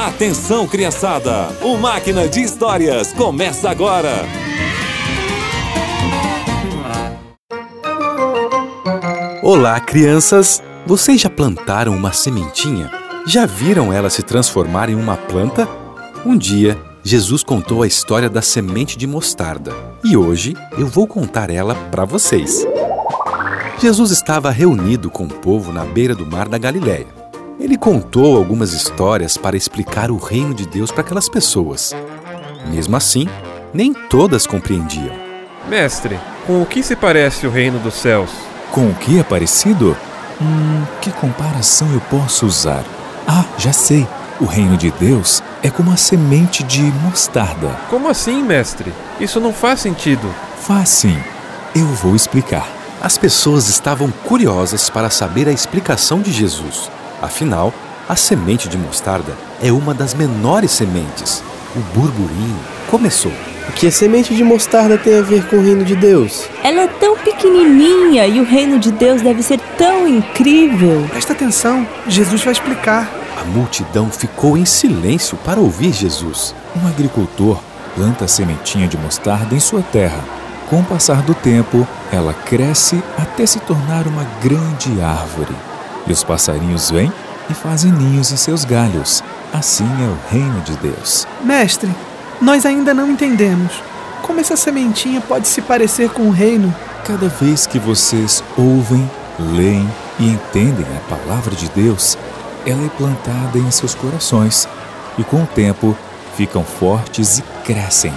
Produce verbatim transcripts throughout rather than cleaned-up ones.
Atenção, criançada! O Máquina de Histórias começa agora! Olá, crianças! Vocês já plantaram uma sementinha? Já viram ela se transformar em uma planta? Um dia, Jesus contou a história da semente de mostarda e hoje eu vou contar ela para vocês. Jesus estava reunido com o povo na beira do mar da Galileia. Ele contou algumas histórias para explicar o reino de Deus para aquelas pessoas. Mesmo assim, nem todas compreendiam. Mestre, com o que se parece o reino dos céus? Com o que é parecido? Hum, que comparação eu posso usar? Ah, já sei! O reino de Deus é como a semente de mostarda. Como assim, mestre? Isso não faz sentido. Faz sim. Eu vou explicar. As pessoas estavam curiosas para saber a explicação de Jesus. Afinal, a semente de mostarda é uma das menores sementes. O burburinho começou. O que a semente de mostarda tem a ver com o reino de Deus? Ela é tão pequenininha e o reino de Deus deve ser tão incrível. Presta atenção, Jesus vai explicar. A multidão ficou em silêncio para ouvir Jesus. Um agricultor planta a sementinha de mostarda em sua terra. Com o passar do tempo, ela cresce até se tornar uma grande árvore. E os passarinhos vêm e fazem ninhos em seus galhos. Assim é o reino de Deus. Mestre, nós ainda não entendemos. Como essa sementinha pode se parecer com o reino? Cada vez que vocês ouvem, leem e entendem a palavra de Deus, ela é plantada em seus corações e com o tempo ficam fortes e crescem.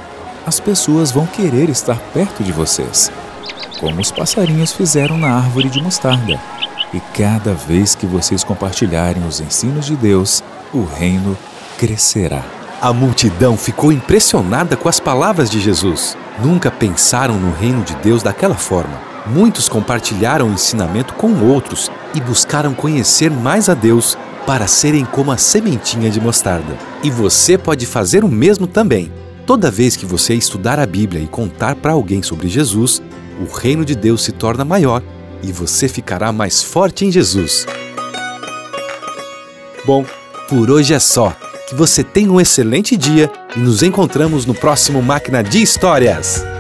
As pessoas vão querer estar perto de vocês, como os passarinhos fizeram na árvore de mostarda. E cada vez que vocês compartilharem os ensinos de Deus, o reino crescerá. A multidão ficou impressionada com as palavras de Jesus. Nunca pensaram no reino de Deus daquela forma. Muitos compartilharam o ensinamento com outros e buscaram conhecer mais a Deus para serem como a sementinha de mostarda. E você pode fazer o mesmo também. Toda vez que você estudar a Bíblia e contar para alguém sobre Jesus, o reino de Deus se torna maior e você ficará mais forte em Jesus. Bom, por hoje é só. Que você tenha um excelente dia e nos encontramos no próximo Máquina de Histórias.